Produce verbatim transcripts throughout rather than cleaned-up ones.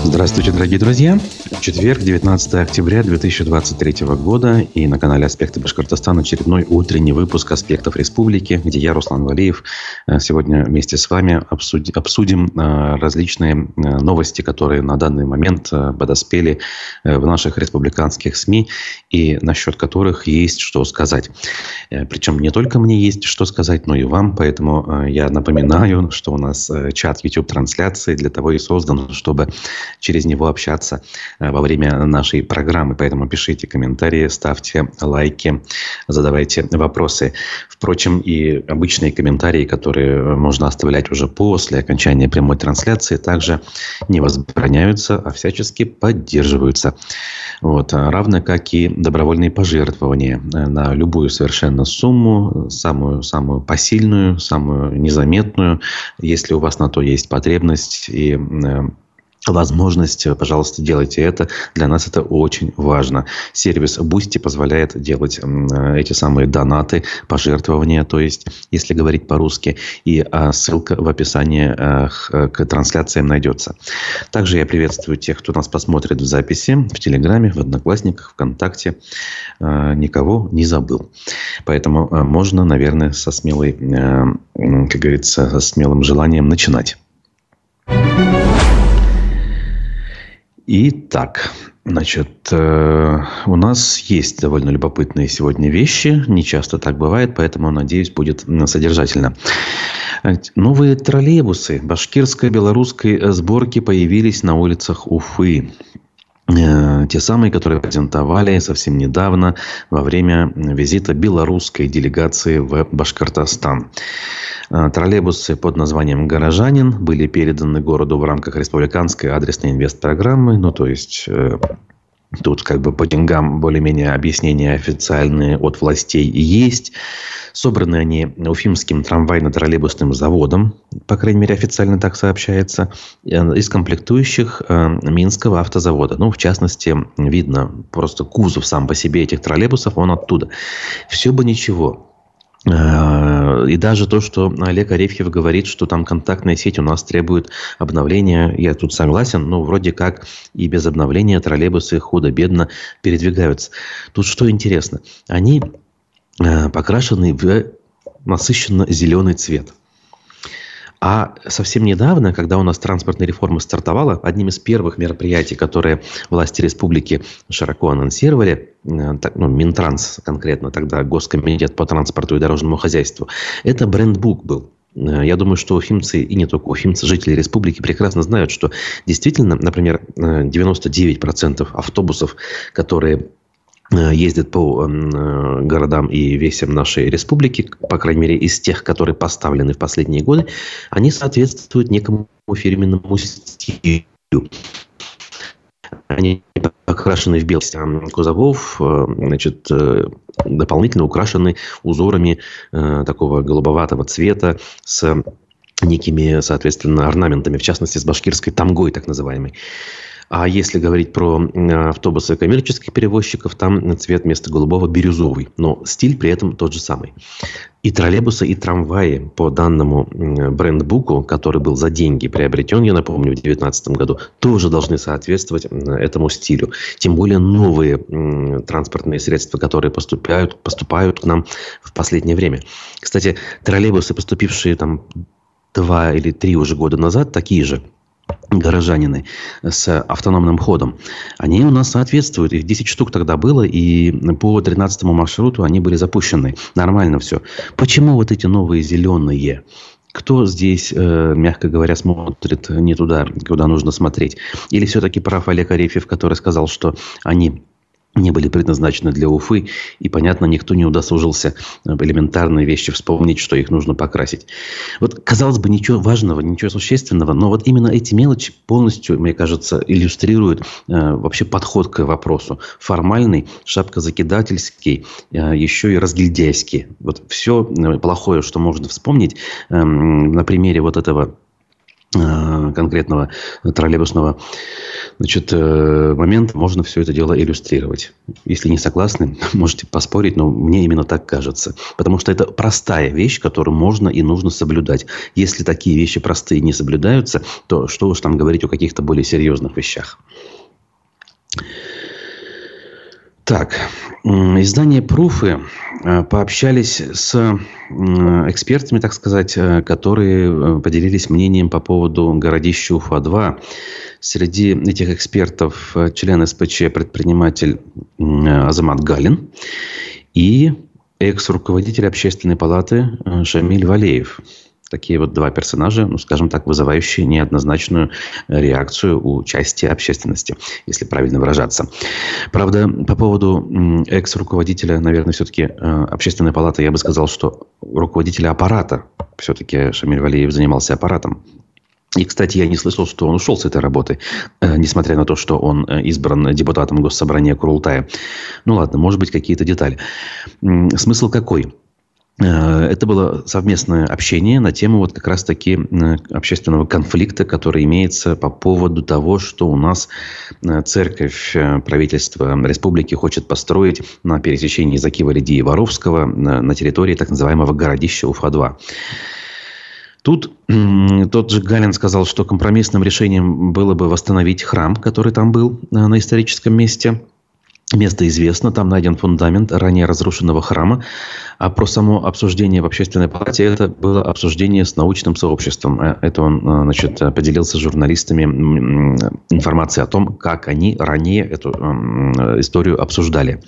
Здравствуйте, дорогие друзья. Четверг, девятнадцатое октября две тысячи двадцать третьего года. И на канале «Аспекты Башкортостана» очередной утренний выпуск «Аспектов Республики», где я, Руслан Валиев, сегодня вместе с вами обсудим, обсудим различные новости, которые на данный момент подоспели в наших республиканских СМИ и насчет которых есть что сказать. Причем не только мне есть что сказать, но и вам. Поэтому я напоминаю, что у нас чат YouTube-трансляции для того и создан, чтобы через него общаться во время нашей программы. Поэтому пишите комментарии, ставьте лайки, задавайте вопросы. Впрочем, и обычные комментарии, которые можно оставлять уже после окончания прямой трансляции, также не возбраняются, а всячески поддерживаются. Вот. Равно как и добровольные пожертвования на любую совершенно сумму, самую, самую посильную, самую незаметную, если у вас на то есть потребность и возможность, пожалуйста, делайте это. Для нас это очень важно. Сервис Boosty позволяет делать эти самые донаты, пожертвования, то есть, если говорить по-русски. И ссылка в описании к трансляциям найдется. Также я приветствую тех, кто нас посмотрит в записи, в Телеграме, в Одноклассниках, ВКонтакте. Никого не забыл. Поэтому можно, наверное, со смелой, как говорится, со смелым желанием начинать. Итак, значит, э, у нас есть довольно любопытные сегодня вещи. Не часто так бывает, поэтому, надеюсь, будет содержательно. Новые троллейбусы башкирской белорусской сборки появились на улицах Уфы. Те самые, которые презентовали совсем недавно во время визита белорусской делегации в Башкортостан. Троллейбусы под названием «Горожанин» были переданы городу в рамках республиканской адресной инвестпрограммы. Ну, то есть, тут как бы по деньгам более-менее объяснения официальные от властей есть. Собраны они Уфимским трамвайно-троллейбусным заводом, по крайней мере, официально так сообщается, из комплектующих Минского автозавода. Ну, в частности, видно просто кузов сам по себе этих троллейбусов, он оттуда. Все бы ничего. И даже то, что Олег Арефьев говорит, что там контактная сеть у нас требует обновления, я тут согласен, но вроде как и без обновления троллейбусы худо-бедно передвигаются. Тут что интересно, они покрашены в насыщенно зеленый цвет. А совсем недавно, когда у нас транспортная реформа стартовала, одним из первых мероприятий, которые власти республики широко анонсировали, ну, Минтранс конкретно, тогда Госкомитет по транспорту и дорожному хозяйству, это брендбук был. Я думаю, что уфимцы, и не только уфимцы, жители республики прекрасно знают, что действительно, например, девяносто девять процентов автобусов, которые ездят по городам и весям нашей республики, по крайней мере, из тех, которые поставлены в последние годы, они соответствуют некому фирменному стилю. Они окрашены в белый кузовов, значит, дополнительно украшены узорами такого голубоватого цвета с некими, соответственно, орнаментами, в частности, с башкирской тамгой, так называемой. А если говорить про автобусы коммерческих перевозчиков, там цвет вместо голубого бирюзовый. Но стиль при этом тот же самый. И троллейбусы, и трамваи по данному брендбуку, который был за деньги приобретен, я напомню, в две тысячи девятнадцатом году, тоже должны соответствовать этому стилю. Тем более новые транспортные средства, которые поступают, поступают к нам в последнее время. Кстати, троллейбусы, поступившие там два или три уже года назад, такие же, горожанины с автономным ходом, они у нас соответствуют. Их десять штук тогда было, и по тринадцатому маршруту они были запущены. Нормально все. Почему вот эти новые зеленые? Кто здесь, мягко говоря, смотрит не туда, куда нужно смотреть? Или все-таки прав Олег Арефьев, который сказал, что они не были предназначены для Уфы, и, понятно, никто не удосужился элементарные вещи вспомнить, что их нужно покрасить. Вот, казалось бы, ничего важного, ничего существенного, но вот именно эти мелочи полностью, мне кажется, иллюстрируют э, вообще подход к вопросу. Формальный, шапкозакидательский, э, еще и разгильдяйский. Вот все плохое, что можно вспомнить э, на примере вот этого конкретного троллейбусного Значит, момент можно все это дело иллюстрировать. Если не согласны, можете поспорить, но мне именно так кажется. Потому что это простая вещь, которую можно и нужно соблюдать. Если такие вещи простые не соблюдаются, то что уж там говорить о каких-то более серьезных вещах. Так, издание «Пруфы» пообщались с экспертами, так сказать, которые поделились мнением по поводу городища Уфа-два. Среди этих экспертов член эс пэ че, предприниматель Азамат Галин и экс-руководитель общественной палаты Шамиль Валеев. Такие вот два персонажа, ну, скажем так, вызывающие неоднозначную реакцию у части общественности, если правильно выражаться. Правда, по поводу экс-руководителя, наверное, все-таки общественной палаты, я бы сказал, что руководителя аппарата, все-таки Шамиль Валеев занимался аппаратом. И, кстати, я не слышал, что он ушел с этой работы, несмотря на то, что он избран депутатом Госсобрания Курултая. Ну ладно, может быть, какие-то детали. Смысл какой? Это было совместное общение на тему вот как раз-таки общественного конфликта, который имеется по поводу того, что у нас церковь правительства республики хочет построить на пересечении Закива-Лиди и Воровского на территории так называемого городища Уфа-два. Тут тот же Галин сказал, что компромиссным решением было бы восстановить храм, который там был на историческом месте. Место известно, там найден фундамент ранее разрушенного храма. А про само обсуждение в общественной палате это было обсуждение с научным сообществом. Это он, значит, поделился с журналистами информацией о том, как они ранее эту историю обсуждали.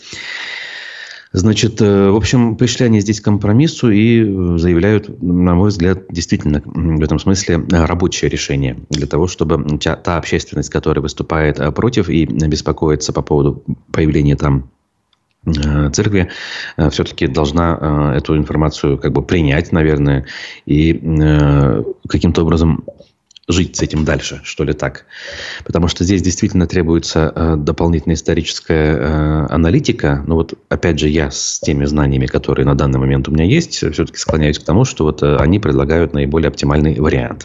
Значит, в общем, пришли они здесь к компромиссу и заявляют, на мой взгляд, действительно в этом смысле рабочее решение для того, чтобы та общественность, которая выступает против и беспокоится по поводу появления там церкви, все-таки должна эту информацию как бы принять, наверное, и каким-то образом жить с этим дальше, что ли так. Потому что здесь действительно требуется э, дополнительная историческая э, аналитика. Но вот опять же я с теми знаниями, которые на данный момент у меня есть, все-таки склоняюсь к тому, что вот э, они предлагают наиболее оптимальный вариант.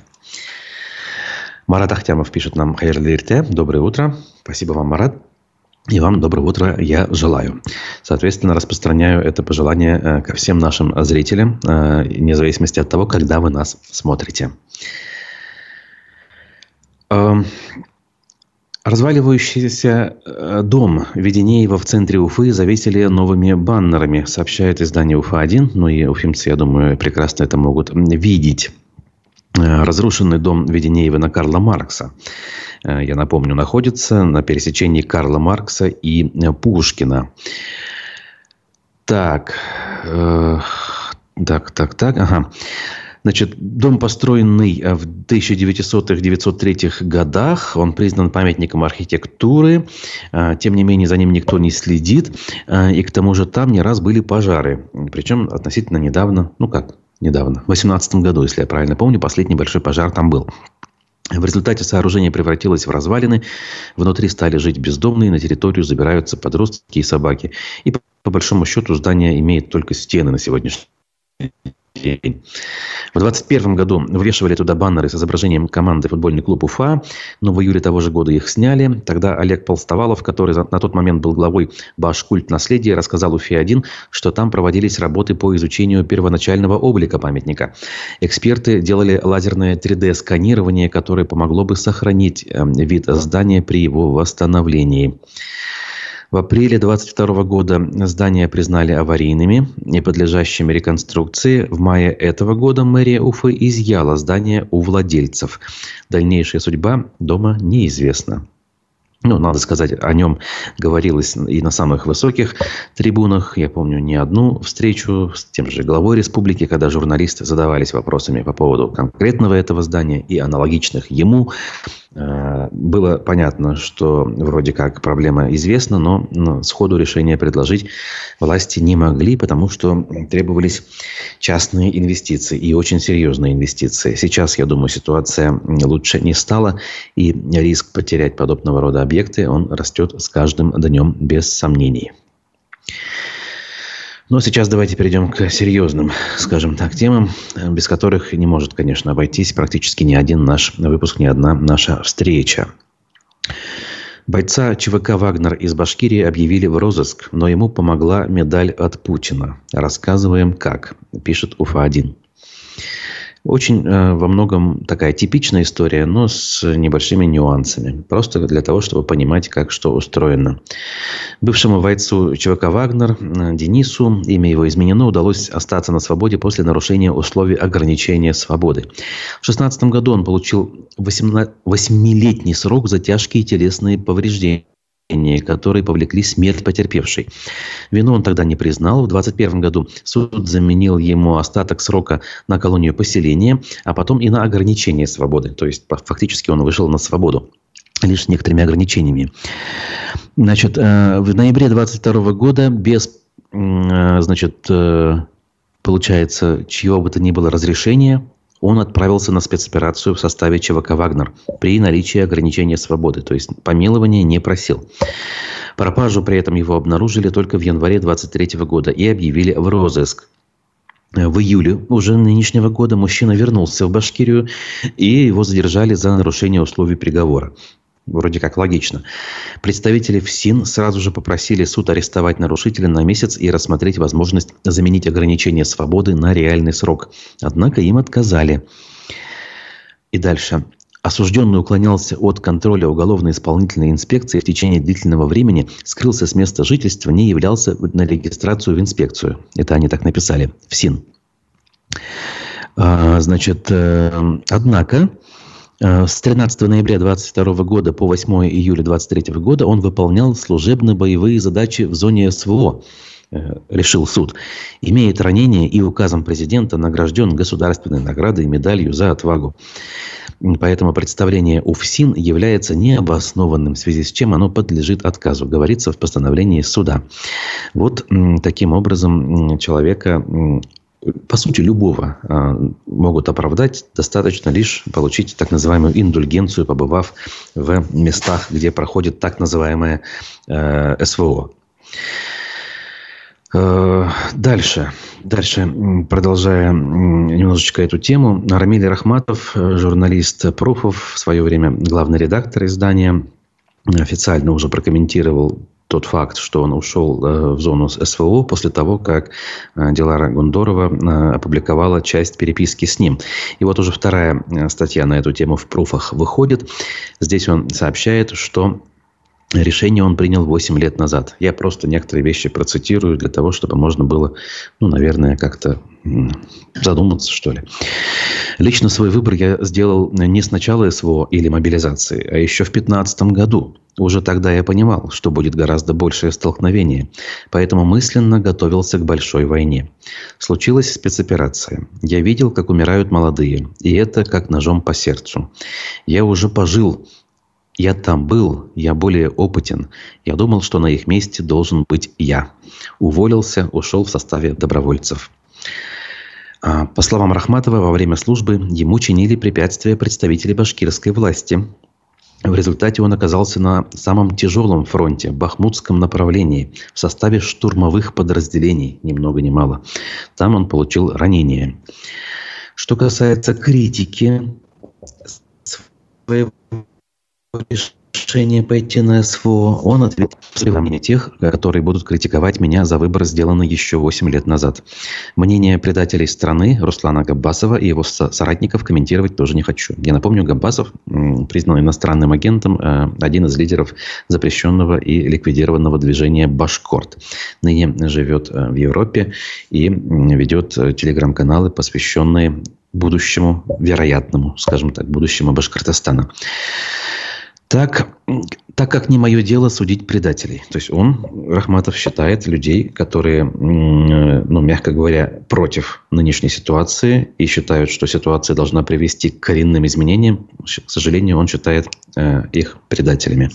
Марат Ахтямов пишет нам: «Хайрлы ирте». Доброе утро. Спасибо вам, Марат. И вам доброе утро я желаю. Соответственно, распространяю это пожелание э, ко всем нашим зрителям, э, вне зависимости от того, когда вы нас смотрите. Разваливающийся дом Веденеева в центре Уфы завесили новыми баннерами, сообщает издание Уфа один. Ну и уфимцы, я думаю, прекрасно это могут видеть. Разрушенный дом Веденеева на Карла Маркса, я напомню, находится на пересечении Карла Маркса и Пушкина. Так, э, так, так, так, ага. Значит, дом, построенный в тысяча девятисотых — девятьсот третьих годах, он признан памятником архитектуры. Тем не менее, за ним никто не следит. И к тому же там не раз были пожары. Причем относительно недавно, ну как недавно, в две тысячи восемнадцатом году, если я правильно помню, последний большой пожар там был. В результате сооружение превратилось в развалины. Внутри стали жить бездомные, на территорию забираются подростки и собаки. И по большому счету здание имеет только стены на сегодняшний день. В двадцать первом году вывешивали туда баннеры с изображением команды футбольный клуб Уфа, но в июле того же года их сняли. Тогда Олег Полстовалов, который на тот момент был главой Башкульт наследия, рассказал Уфе один, что там проводились работы по изучению первоначального облика памятника. Эксперты делали лазерное три дэ-сканирование, которое помогло бы сохранить вид здания при его восстановлении. В апреле двадцать второго года здания признали аварийными, не подлежащими реконструкции. В мае этого года мэрия Уфы изъяла здание у владельцев. Дальнейшая судьба дома неизвестна. Ну, надо сказать, о нем говорилось и на самых высоких трибунах. Я помню не одну встречу с тем же главой республики, когда журналисты задавались вопросами по поводу конкретного этого здания и аналогичных ему. Было понятно, что вроде как проблема известна, но сходу решение предложить власти не могли, потому что требовались частные инвестиции и очень серьезные инвестиции. Сейчас, я думаю, ситуация лучше не стала, и риск потерять подобного рода объекты, он растет с каждым днем без сомнений. Но сейчас давайте перейдем к серьезным, скажем так, темам, без которых не может, конечно, обойтись практически ни один наш выпуск, ни одна наша встреча. Бойца ЧВК «Вагнер» из Башкирии объявили в розыск, но ему помогла медаль от Путина. Рассказываем как, пишет Уфа один. Очень э, во многом такая типичная история, но с небольшими нюансами. Просто для того, чтобы понимать, как что устроено. Бывшему бойцу ЧВК «Вагнер» Денису, имя его изменено, удалось остаться на свободе после нарушения условий ограничения свободы. В две тысячи шестнадцатом году он получил восьмилетний срок за тяжкие телесные повреждения, которые повлекли смерть потерпевшей. Вину он тогда не признал. В двадцать первом году суд заменил ему остаток срока на колонию поселения, а потом и на ограничение свободы. То есть, фактически он вышел на свободу лишь с некоторыми ограничениями. Значит, в ноябре двадцать второго года без, значит, получается, чьего бы то ни было разрешения, он отправился на спецоперацию в составе ЧВК «Вагнер» при наличии ограничения свободы, то есть помилования не просил. Пропажу при этом его обнаружили только в январе двадцать третьего года и объявили в розыск. В июле уже нынешнего года мужчина вернулся в Башкирию, и его задержали за нарушение условий приговора. Вроде как логично. Представители ФСИН сразу же попросили суд арестовать нарушителя на месяц и рассмотреть возможность заменить ограничение свободы на реальный срок. Однако им отказали. И дальше. Осужденный уклонялся от контроля уголовно-исполнительной инспекции в течение длительного времени, скрылся с места жительства, не являлся на регистрацию в инспекцию. Это они так написали. ФСИН. Значит, однако... С тринадцатого ноября двадцать второго года по восьмое июля двадцать третьего года он выполнял служебно-боевые задачи в зоне СВО, решил суд. Имеет ранение и указом президента награжден государственной наградой и медалью за отвагу. Поэтому представление УФСИН является необоснованным, в связи с чем оно подлежит отказу, говорится в постановлении суда. Вот таким образом человека... По сути, любого э, могут оправдать, достаточно лишь получить так называемую индульгенцию, побывав в местах, где проходит так называемое э, СВО. Э, дальше. Дальше, продолжая немножечко эту тему, Рамиль Рахматов, журналист «Пруфов», в свое время главный редактор издания, официально уже прокомментировал тот факт, что он ушел в зону СВО после того, как Дилара Гундорова опубликовала часть переписки с ним. И вот уже вторая статья на эту тему в «Пруфах» выходит. Здесь он сообщает, что решение он принял восемь лет назад. Я просто некоторые вещи процитирую для того, чтобы можно было, ну, наверное, как-то задуматься, что ли. Лично свой выбор я сделал не с начала СВО или мобилизации, а еще в две тысячи пятнадцатом году. Уже тогда я понимал, что будет гораздо большее столкновение, поэтому мысленно готовился к большой войне. Случилась спецоперация. Я видел, как умирают молодые, и это как ножом по сердцу. Я уже пожил. Я там был, я более опытен. Я думал, что на их месте должен быть я. Уволился, ушел в составе добровольцев. По словам Рахматова, во время службы ему чинили препятствия представители башкирской власти. В результате он оказался на самом тяжелом фронте, бахмутском направлении, в составе штурмовых подразделений, ни много ни мало. Там он получил ранение. Что касается критики своего решение пойти на СВО, он ответил на тех, которые будут критиковать меня за выбор, сделанный еще восемь лет назад. Мнение предателей страны Руслана Габбасова и его соратников комментировать тоже не хочу. Я напомню, Габбасов признан иностранным агентом, один из лидеров запрещенного и ликвидированного движения «Башкорт». Ныне живет в Европе и ведет телеграм-каналы, посвященные будущему, вероятному, скажем так, будущему Башкортостана. Так, так как не мое дело судить предателей. То есть он, Рахматов, считает людей, которые, ну, мягко говоря, против нынешней ситуации и считают, что ситуация должна привести к коренным изменениям. К сожалению, он считает э, их предателями.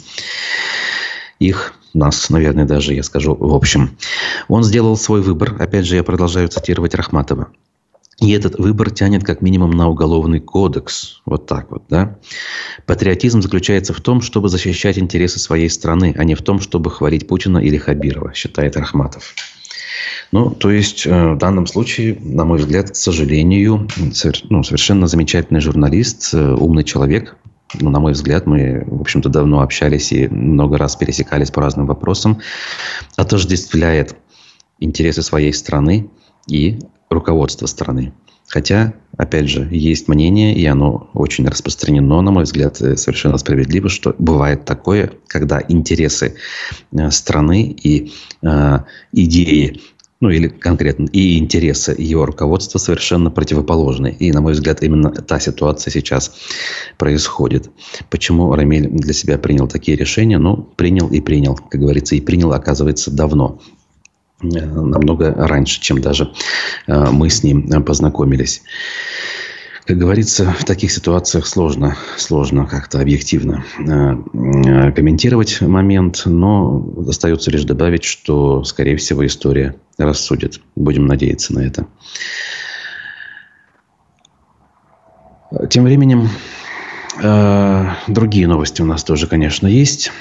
Их, нас, наверное, даже, я скажу, в общем. Он сделал свой выбор. Опять же, я продолжаю цитировать Рахматова. И этот выбор тянет как минимум на уголовный кодекс. Вот так вот, да. Патриотизм заключается в том, чтобы защищать интересы своей страны, а не в том, чтобы хвалить Путина или Хабирова, считает Рахматов. Ну, то есть, в данном случае, на мой взгляд, к сожалению, ну, совершенно замечательный журналист, умный человек, ну, на мой взгляд, мы, в общем-то, давно общались и много раз пересекались по разным вопросам, отождествляет интересы своей страны и руководство страны. Хотя, опять же, есть мнение, и оно очень распространено, на мой взгляд, совершенно справедливо, что бывает такое, когда интересы страны и э, идеи, ну или конкретно и интересы ее руководства совершенно противоположны. И, на мой взгляд, именно та ситуация сейчас происходит. Почему Рамиль для себя принял такие решения? Ну, принял и принял, как говорится, и принял, оказывается, давно. Намного раньше, чем даже мы с ним познакомились. Как говорится, в таких ситуациях сложно, сложно как-то объективно комментировать момент, но остается лишь добавить, что, скорее всего, история рассудит. Будем надеяться на это. Тем временем, другие новости у нас тоже, конечно, есть.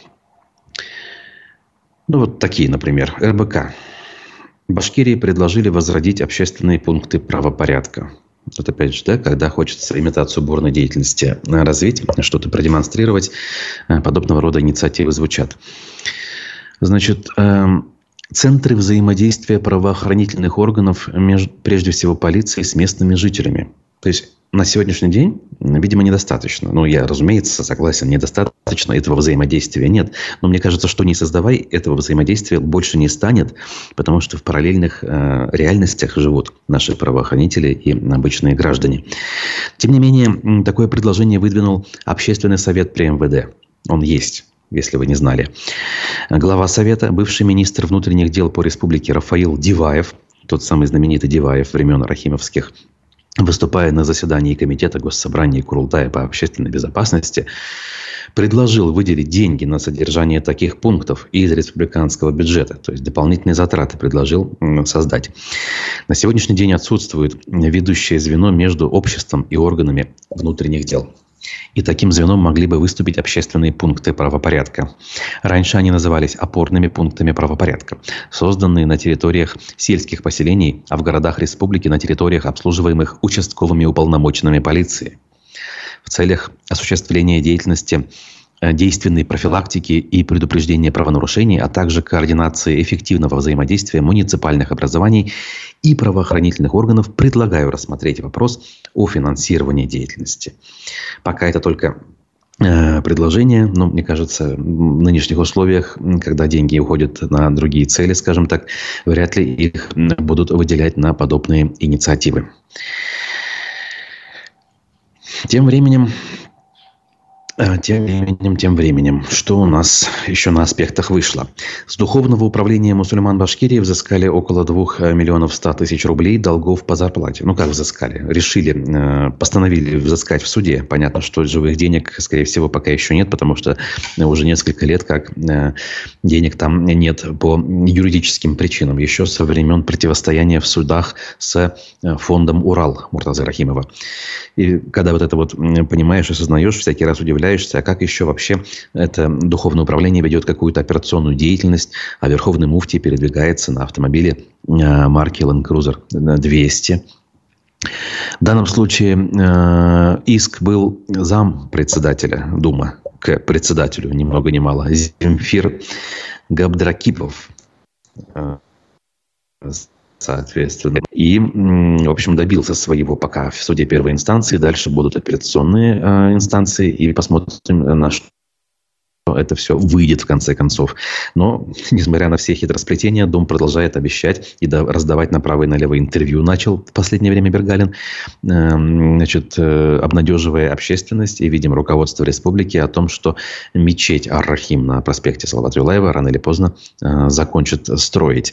Ну, вот такие, например. эр бэ ка. Башкирии предложили возродить общественные пункты правопорядка. Вот опять же, да, когда хочется имитацию бурной деятельности развить, что-то продемонстрировать, подобного рода инициативы звучат. Значит, центры взаимодействия правоохранительных органов, между, прежде всего полиции, с местными жителями. То есть на сегодняшний день, видимо, недостаточно. Ну, я, разумеется, согласен, недостаточно. Этого взаимодействия нет. Но мне кажется, что не создавай, этого взаимодействия больше не станет, потому что в параллельных э, реальностях живут наши правоохранители и обычные граждане. Тем не менее, такое предложение выдвинул Общественный совет при эм вэ дэ. Он есть, если вы не знали. Глава совета, бывший министр внутренних дел по республике Рафаил Диваев, тот самый знаменитый Диваев времен Рахимовских, выступая на заседании Комитета Госсобрания и Курултая по общественной безопасности, предложил выделить деньги на содержание таких пунктов из республиканского бюджета. То есть дополнительные затраты предложил создать. На сегодняшний день отсутствует ведущее звено между обществом и органами внутренних дел. И таким звеном могли бы выступить общественные пункты правопорядка. Раньше они назывались опорными пунктами правопорядка, созданные на территориях сельских поселений, а в городах республики на территориях, обслуживаемых участковыми уполномоченными полиции. В целях осуществления деятельности действенной профилактики и предупреждения правонарушений, а также координации эффективного взаимодействия муниципальных образований и правоохранительных органов, предлагаю рассмотреть вопрос о финансировании деятельности. Пока это только э, предложение, но, мне кажется, в нынешних условиях, когда деньги уходят на другие цели, скажем так, вряд ли их будут выделять на подобные инициативы. Тем временем, Тем временем, тем временем, что у нас еще на аспектах вышло? С Духовного управления мусульман Башкирии взыскали около двух миллионов ста тысяч рублей долгов по зарплате. Ну, как взыскали? Решили, постановили взыскать в суде. Понятно, что живых денег, скорее всего, пока еще нет, потому что уже несколько лет как денег там нет по юридическим причинам. Еще со времен противостояния в судах с фондом «Урал» Муртазы Рахимова. И когда вот это вот понимаешь и осознаешь, всякий раз удивляешься, а как еще вообще это духовное управление ведет какую-то операционную деятельность, а Верховный муфтий передвигается на автомобиле марки Land Cruiser двести. В данном случае иск был зампредседателя Думы к председателю, ни много ни мало, Земфир Габдракипов. Соответственно. И, в общем, добился своего пока в суде первой инстанции. Дальше будут апелляционные э, инстанции. И посмотрим, на что это все выйдет в конце концов. Но, несмотря на все хитросплетения, Дом продолжает обещать и раздавать направо и налево интервью. Начал в последнее время Бергалин, э, значит, э, обнадеживая общественность и, видимо, руководство республики о том, что мечеть Ар-Рахим на проспекте Салавата Юлаева рано или поздно э, закончат строить.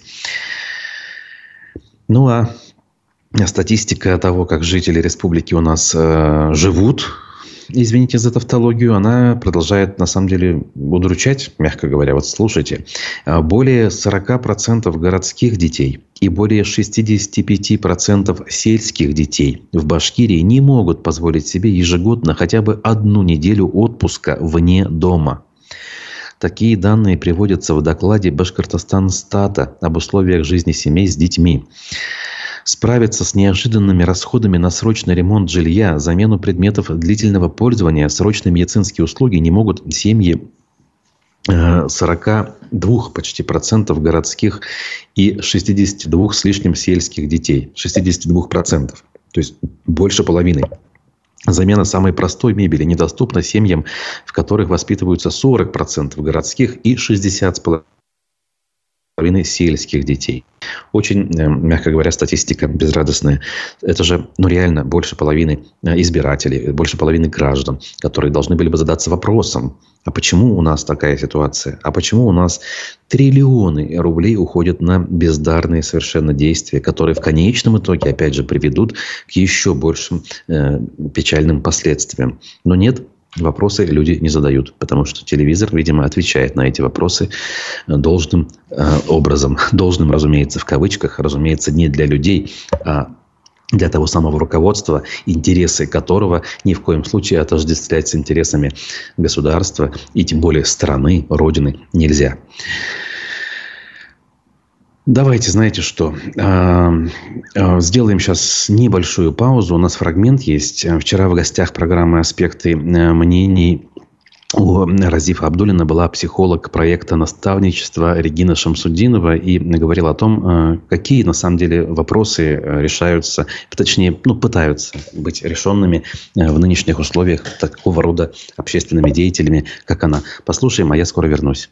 Ну, а статистика того, как жители республики у нас э, живут, извините за тавтологию, она продолжает, на самом деле, удручать, мягко говоря. Вот слушайте, более сорок процентов городских детей и более шестьдесят пять процентов сельских детей в Башкирии не могут позволить себе ежегодно хотя бы одну неделю отпуска вне дома. Такие данные приводятся в докладе Башкортостанстата об условиях жизни семей с детьми. Справиться с неожиданными расходами на срочный ремонт жилья, замену предметов длительного пользования, срочные медицинские услуги не могут семьи сорок два почти процентов городских и шестьдесят два с лишним сельских детей. шестьдесят два процентов. То есть больше половины. Замена самой простой мебели недоступна семьям, в которых воспитываются сорок процентов городских и шестьдесят процентов сельских детей. Очень, мягко говоря, статистика безрадостная. Это же, ну, реально больше половины избирателей, больше половины граждан, которые должны были бы задаться вопросом, а почему у нас такая ситуация? А почему у нас триллионы рублей уходят на бездарные совершенно действия, которые в конечном итоге, опять же, приведут к еще большим э, печальным последствиям? Но нет, вопросы люди не задают, потому что телевизор, видимо, отвечает на эти вопросы должным э, образом. Должным, разумеется, в кавычках, разумеется, не для людей, а для того самого руководства, интересы которого ни в коем случае отождествлять с интересами государства и тем более страны, родины нельзя. Давайте, знаете что, сделаем сейчас небольшую паузу. У нас фрагмент есть. Вчера в гостях программы «Аспекты мнений» у Разифа Абдуллина была психолог проекта наставничества Регина Шамсудинова и говорила о том, какие на самом деле вопросы решаются, точнее, ну, пытаются быть решенными в нынешних условиях такого рода общественными деятелями, как она. Послушаем, а я скоро вернусь.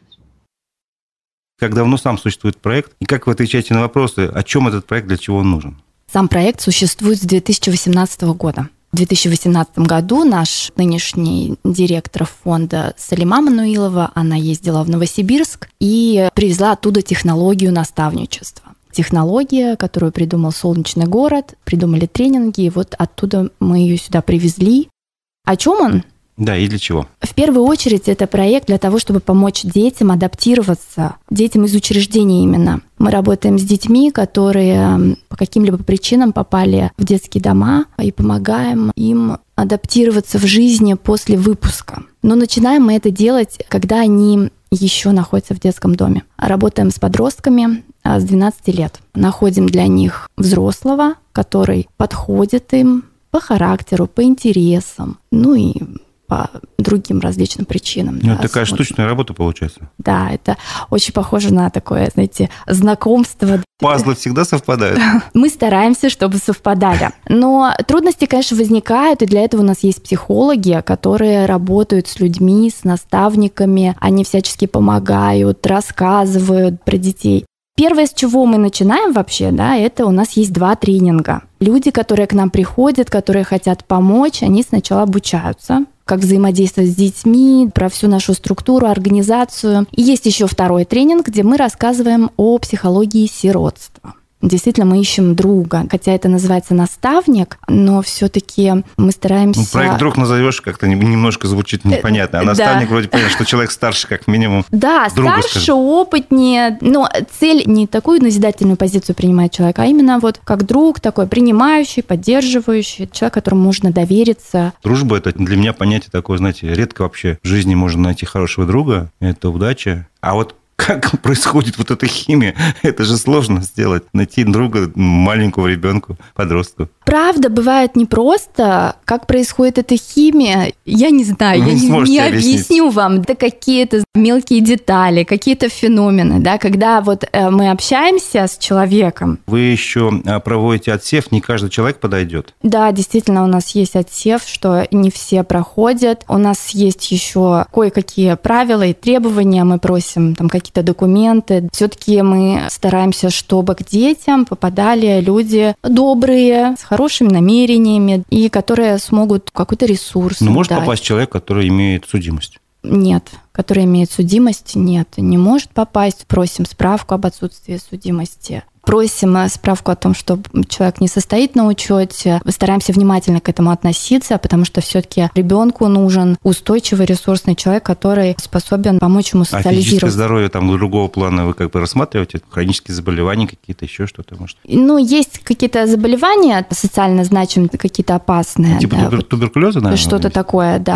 Как давно сам существует проект? И как вы отвечаете на вопросы, о чем этот проект, для чего он нужен? Сам проект существует с две тысячи восемнадцатого года. В две тысячи восемнадцатом году наш нынешний директор фонда Салима Мануилова, она ездила в Новосибирск и привезла оттуда технологию наставничества. Технология, которую придумал «Солнечный город», придумали тренинги, и вот оттуда мы ее сюда привезли. О чем он? Да, и для чего? В первую очередь, это проект для того, чтобы помочь детям адаптироваться, детям из учреждений именно. Мы работаем с детьми, которые по каким-либо причинам попали в детские дома, и помогаем им адаптироваться в жизни после выпуска. Но начинаем мы это делать, когда они еще находятся в детском доме. Работаем с подростками с двенадцати лет. Находим для них взрослого, который подходит им по характеру, по интересам, ну и по другим различным причинам. Ну, да, это такая смотрим. штучная работа получается. Да, это очень похоже на такое, знаете, знакомство. Пазлы всегда совпадают? Мы стараемся, чтобы совпадали. Но трудности, конечно, возникают, и для этого у нас есть психологи, которые работают с людьми, с наставниками. Они всячески помогают, рассказывают про детей. Первое, с чего мы начинаем вообще, да, это у нас есть два тренинга. Люди, которые к нам приходят, которые хотят помочь, они сначала обучаются, как взаимодействовать с детьми, про всю нашу структуру, организацию. И есть еще второй тренинг, где мы рассказываем о психологии сиротства. Действительно, мы ищем друга, хотя это называется наставник, но все-таки мы стараемся... Ну, проект «Друг» назовешь, как-то немножко звучит непонятно, а наставник да. Вроде понятно, что человек старше, как минимум. Да, старше, скажем. Опытнее, но цель не такую назидательную позицию принимает человек, а именно вот как друг такой принимающий, поддерживающий, человек, которому можно довериться. Дружба – это для меня понятие такое, знаете, редко вообще в жизни можно найти хорошего друга, это удача, а вот как происходит вот эта химия? Это же сложно сделать. Найти друга маленького ребенку, подростку. Правда, бывает непросто. Как происходит эта химия, я не знаю. Вы я не, не объясню вам. Это какие-то мелкие детали, какие-то феномены. Да? Когда вот мы общаемся с человеком. Вы еще проводите отсев, не каждый человек подойдет. Да, действительно, у нас есть отсев, что не все проходят. У нас есть еще кое-какие правила и требования. Мы просим там какие-то документы. Все-таки мы стараемся, чтобы к детям попадали люди добрые, с хорошими намерениями и которые смогут какой-то ресурс. Но может дать. попасть человек, который имеет судимость? Нет, который имеет судимость, нет, не может попасть. Просим справку об отсутствии судимости. Просим справку о том, что человек не состоит на учете. Стараемся внимательно к этому относиться, потому что все-таки ребенку нужен устойчивый ресурсный человек, который способен помочь ему социализироваться. А физическое здоровье там другого плана вы как бы рассматриваете? Хронические заболевания какие-то, еще что-то, может? Ну, есть какие-то заболевания социально значимые, какие-то опасные. Типа да, тубер- туберкулеза, наверное? Что-то такое, да.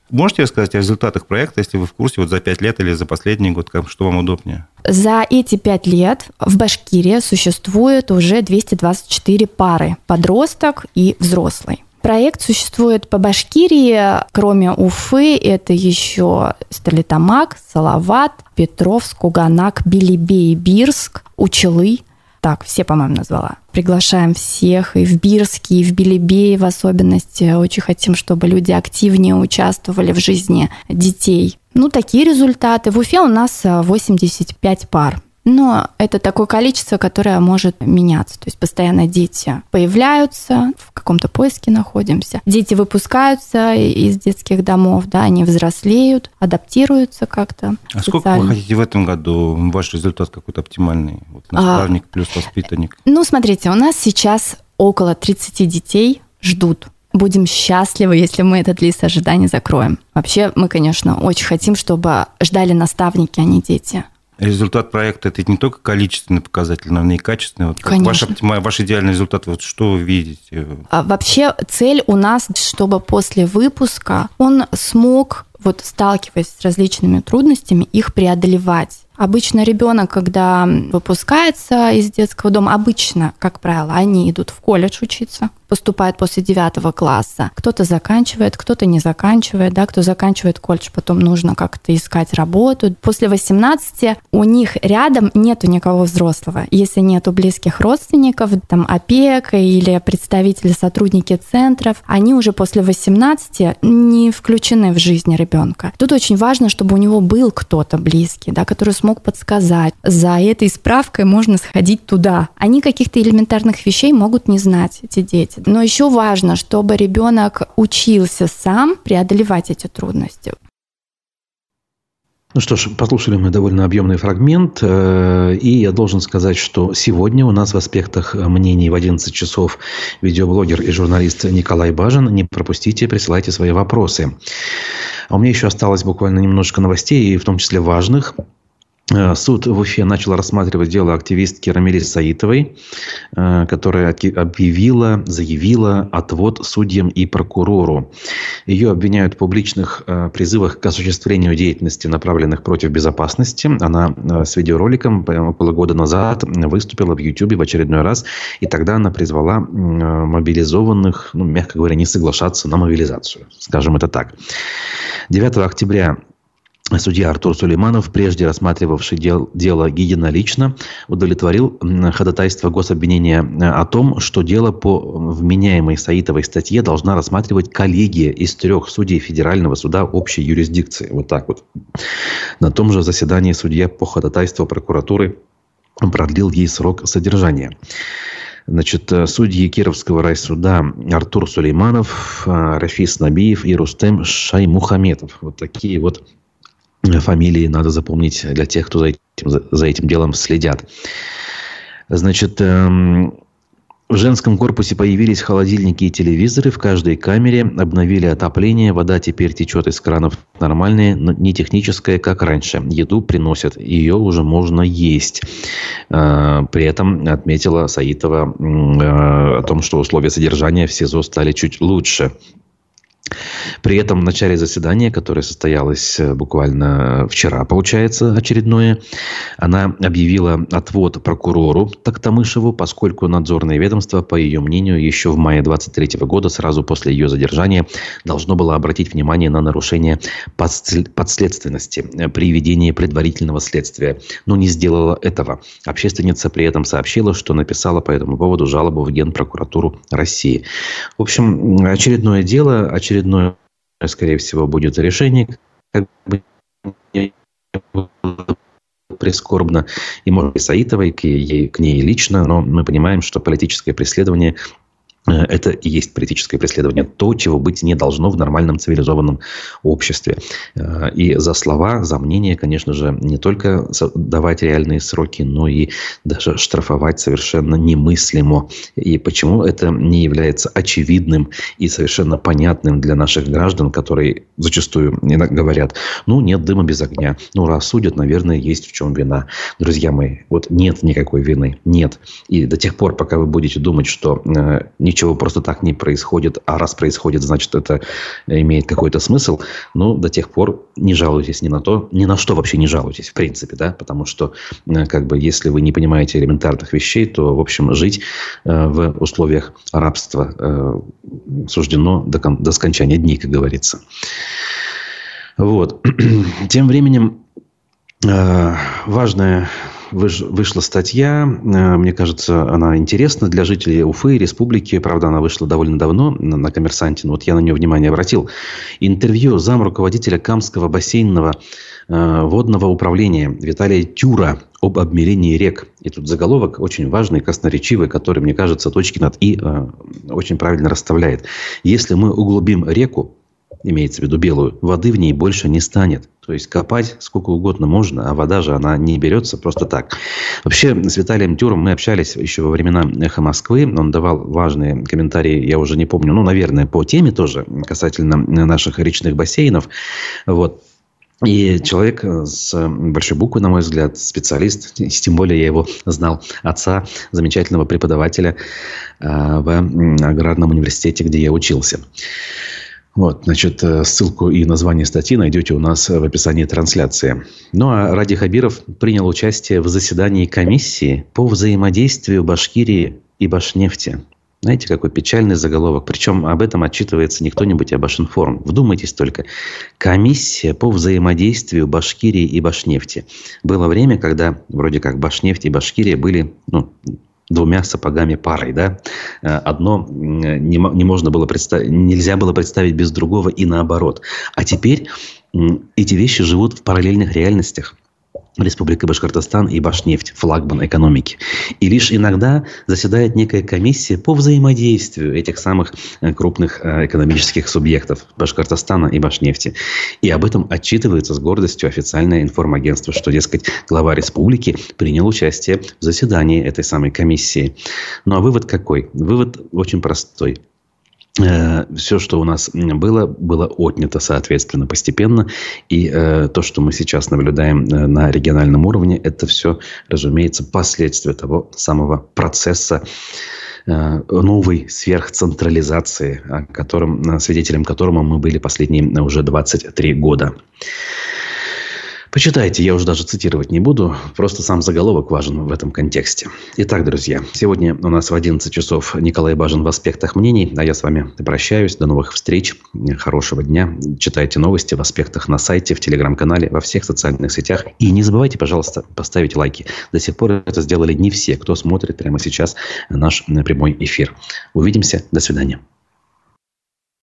Можете рассказать о результатах проекта, если вы в курсе, вот за пять лет или за последний год, как, что вам удобнее? За эти пять лет в Башкирии существует уже двести двадцать четыре пары – подросток и взрослый. Проект существует по Башкирии, кроме Уфы, это еще Стерлитамак, Салават, Петровск, Куганак, Белебей, Бирск, Учелы. Так, все, по-моему, назвала. Приглашаем всех и в Бирске, и в Белебее в особенности. Очень хотим, чтобы люди активнее участвовали в жизни детей. Ну, такие результаты. В Уфе у нас восемьдесят пять пар. Но это такое количество, которое может меняться. То есть постоянно дети появляются, в каком-то поиске находимся. Дети выпускаются из детских домов, да, они взрослеют, адаптируются как-то. А сколько вы хотите в этом году? Ваш результат какой-то оптимальный? Вот наставник а, плюс воспитанник. Ну, смотрите, у нас сейчас около тридцать детей ждут. Будем счастливы, если мы этот лист ожиданий закроем. Вообще, мы, конечно, очень хотим, чтобы ждали наставники, а не дети. Результат проекта – это не только количественный показатель, но и качественный. Вот ваш, ваш идеальный результат, вот что вы видите? А вообще цель у нас, чтобы после выпуска он смог, вот сталкиваясь с различными трудностями, их преодолевать. Обычно ребенок, когда выпускается из детского дома, обычно, как правило, они идут в колледж учиться, поступают после девятого класса. Кто-то заканчивает, кто-то не заканчивает, да, кто заканчивает колледж, потом нужно как-то искать работу. После восемнадцати у них рядом нету никого взрослого. Если нету близких родственников, там опека или представители, сотрудники центров, они уже после восемнадцати не включены в жизнь ребенка. Тут очень важно, чтобы у него был кто-то близкий, да, который смог подсказать. За этой справкой можно сходить туда. Они каких-то элементарных вещей могут не знать, эти дети. Но еще важно, чтобы ребенок учился сам преодолевать эти трудности. Ну что ж, послушали мы довольно объемный фрагмент, и я должен сказать, что сегодня у нас в «Аспектах мнений» в одиннадцать часов видеоблогер и журналист Николай Бажин. Не пропустите, присылайте свои вопросы. А у меня еще осталось буквально немножко новостей, в том числе важных. Суд в Уфе начал рассматривать дело активистки Рамили Саитовой, которая объявила, заявила отвод судьям и прокурору. Ее обвиняют в публичных призывах к осуществлению деятельности, направленных против безопасности. Она с видеороликом около года назад выступила в Ютубе в очередной раз, и тогда она призвала мобилизованных, ну, мягко говоря, не соглашаться на мобилизацию. Скажем это так. девятого октября судья Артур Сулейманов, прежде рассматривавший дел, дело единолично, удовлетворил ходатайство гособвинения о том, что дело по вменяемой Саитовой статье должна рассматривать коллегия из трех судей Федерального суда общей юрисдикции. Вот так вот. На том же заседании судья по ходатайству прокуратуры продлил ей срок содержания. Значит, судьи Кировского райсуда Артур Сулейманов, Рафис Набиев и Рустем Шаймухаметов. Вот такие вот фамилии надо запомнить для тех, кто за этим, за этим делом следят. Значит, эм, в женском корпусе появились холодильники и телевизоры. В каждой камере обновили отопление. Вода теперь течет из кранов нормальная, но не техническая, как раньше. Еду приносят. Ее уже можно есть. Э, при этом отметила Саитова э, о том, что условия содержания в СИЗО стали чуть лучше. При этом в начале заседания, которое состоялось буквально вчера, получается, очередное, она объявила отвод прокурору Токтамышеву, поскольку надзорное ведомство, по ее мнению, еще в мае двадцать третьего года, сразу после ее задержания, должно было обратить внимание на нарушение подследственности при ведении предварительного следствия, но не сделала этого. Общественница при этом сообщила, что написала по этому поводу жалобу в Генпрокуратуру России. В общем, очередное дело, очередное Очередное, скорее всего, будет решение, как бы прискорбно, и, может быть, Саитовой, к, ей, к ней лично, но мы понимаем, что политическое преследование – это и есть политическое преследование, то, чего быть не должно в нормальном цивилизованном обществе. И за слова, за мнение, конечно же, не только давать реальные сроки, но и даже штрафовать совершенно немыслимо. И почему это не является очевидным и совершенно понятным для наших граждан, которые зачастую говорят: ну, нет дыма без огня. Ну, раз судят, наверное, есть в чем вина. Друзья мои, вот нет никакой вины. Нет. И до тех пор, пока вы будете думать, что э, ничего ничего просто так не происходит, а раз происходит, значит, это имеет какой-то смысл. Но до тех пор не жалуйтесь ни на то, ни на что вообще не жалуйтесь, в принципе, да, потому что, как бы, если вы не понимаете элементарных вещей, то, в общем, жить в условиях рабства суждено до, до скончания дней, как говорится. Вот. Тем временем важная вышла статья, мне кажется, она интересна для жителей Уфы, республики. Правда, она вышла довольно давно на «Коммерсанте», но вот я на нее внимание обратил. Интервью замруководителя Камского бассейнного э, водного управления Виталия Тюра об обмелении рек. И тут заголовок очень важный, красноречивый, который, мне кажется, точки над «и» э, очень правильно расставляет. Если мы углубим реку, имеется в виду белую, воды в ней больше не станет. То есть копать сколько угодно можно, а вода же она не берется просто так. Вообще с Виталием Тюром мы общались еще во времена «Эхо Москвы». Он давал важные комментарии, я уже не помню, ну, наверное, по теме тоже, касательно наших речных бассейнов. Вот. И человек с большой буквы, на мой взгляд, специалист, тем более я его знал, отца, замечательного преподавателя в аграрном университете, где я учился. Вот, значит, ссылку и название статьи найдете у нас в описании трансляции. Ну, а Ради Хабиров принял участие в заседании комиссии по взаимодействию Башкирии и Башнефти. Знаете, какой печальный заголовок. Причем об этом отчитывается не кто-нибудь, а Башинформ. Вдумайтесь только. Комиссия по взаимодействию Башкирии и Башнефти. Было время, когда вроде как Башнефть и Башкирия были, ну, двумя сапогами парой, да. Одно не, не можно было представить, нельзя было представить без другого и наоборот. А теперь эти вещи живут в параллельных реальностях. Республика Башкортостан и Башнефть, флагман экономики. И лишь иногда заседает некая комиссия по взаимодействию этих самых крупных экономических субъектов Башкортостана и Башнефти. И об этом отчитывается с гордостью официальное информагентство, что, дескать, глава республики принял участие в заседании этой самой комиссии. Ну а вывод какой? Вывод очень простой. Все, что у нас было, было отнято, соответственно, постепенно. И э, то, что мы сейчас наблюдаем на региональном уровне, это все, разумеется, последствия того самого процесса э, новой сверхцентрализации, о котором, свидетелем которому мы были последние уже двадцать три года. Почитайте, я уже даже цитировать не буду, просто сам заголовок важен в этом контексте. Итак, друзья, сегодня у нас в одиннадцать часов Николай Бажин в «Аспектах мнений», а я с вами прощаюсь. До новых встреч, хорошего дня. Читайте новости в «Аспектах» на сайте, в телеграм-канале, во всех социальных сетях. И не забывайте, пожалуйста, поставить лайки. До сих пор это сделали не все, кто смотрит прямо сейчас наш прямой эфир. Увидимся, до свидания.